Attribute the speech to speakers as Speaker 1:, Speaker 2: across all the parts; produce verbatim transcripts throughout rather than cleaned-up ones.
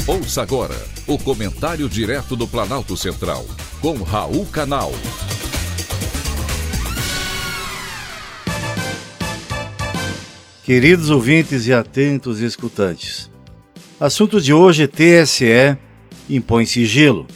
Speaker 1: Ouça agora o comentário direto do Planalto Central, com Raul Canal.
Speaker 2: Queridos ouvintes e atentos escutantes, assunto de hoje é T S E impõe sigilo.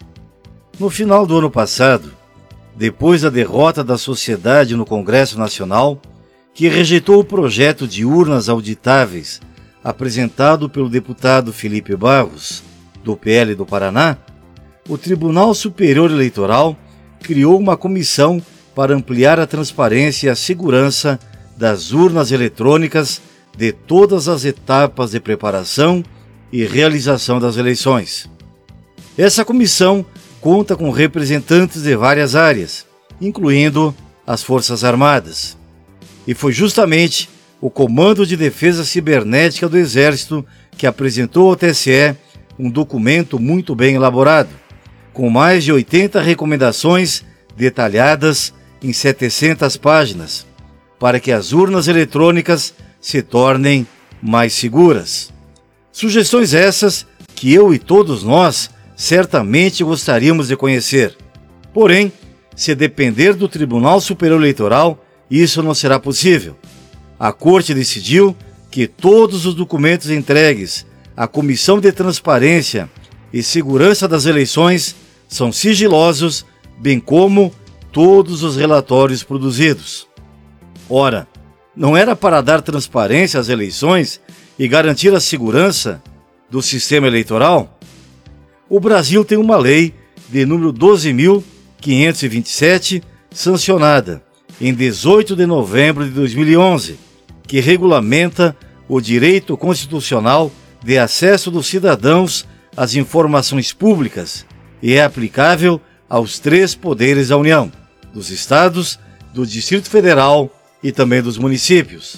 Speaker 2: No final do ano passado, depois da derrota da sociedade no Congresso Nacional, que rejeitou o projeto de urnas auditáveis apresentado pelo deputado Felipe Barros, do P L do Paraná, o Tribunal Superior Eleitoral criou uma comissão para ampliar a transparência e a segurança das urnas eletrônicas de todas as etapas de preparação e realização das eleições. Essa comissão conta com representantes de várias áreas, incluindo as Forças Armadas. E foi justamente o Comando de Defesa Cibernética do Exército que apresentou ao T S E um documento muito bem elaborado, com mais de oitenta recomendações detalhadas em setecentas páginas, para que as urnas eletrônicas se tornem mais seguras. Sugestões essas que eu e todos nós certamente gostaríamos de conhecer. Porém, se depender do Tribunal Superior Eleitoral, isso não será possível. A Corte decidiu que todos os documentos entregues à Comissão de Transparência e Segurança das Eleições são sigilosos, bem como todos os relatórios produzidos. Ora, não era para dar transparência às eleições e garantir a segurança do sistema eleitoral? O Brasil tem uma lei de número doze mil quinhentos e vinte e sete, sancionada em dezoito de novembro de dois mil e onze, que regulamenta o direito constitucional de acesso dos cidadãos às informações públicas e é aplicável aos três poderes da União, dos estados, do Distrito Federal e também dos municípios.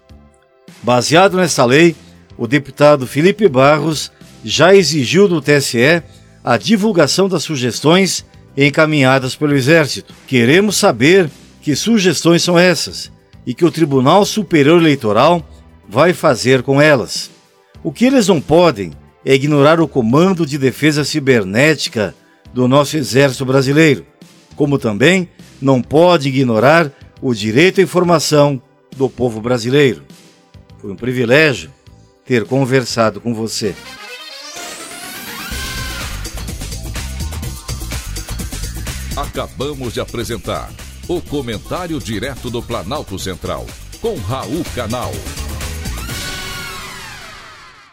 Speaker 2: Baseado nessa lei, o deputado Felipe Barros já exigiu do T S E a divulgação das sugestões encaminhadas pelo Exército. Queremos saber que sugestões são essas e que o Tribunal Superior Eleitoral vai fazer com elas. O que eles não podem é ignorar o Comando de Defesa Cibernética do nosso Exército Brasileiro, como também não pode ignorar o direito à informação do povo brasileiro. Foi um privilégio ter conversado com você.
Speaker 1: Acabamos de apresentar o comentário direto do Planalto Central, com Raul Canal.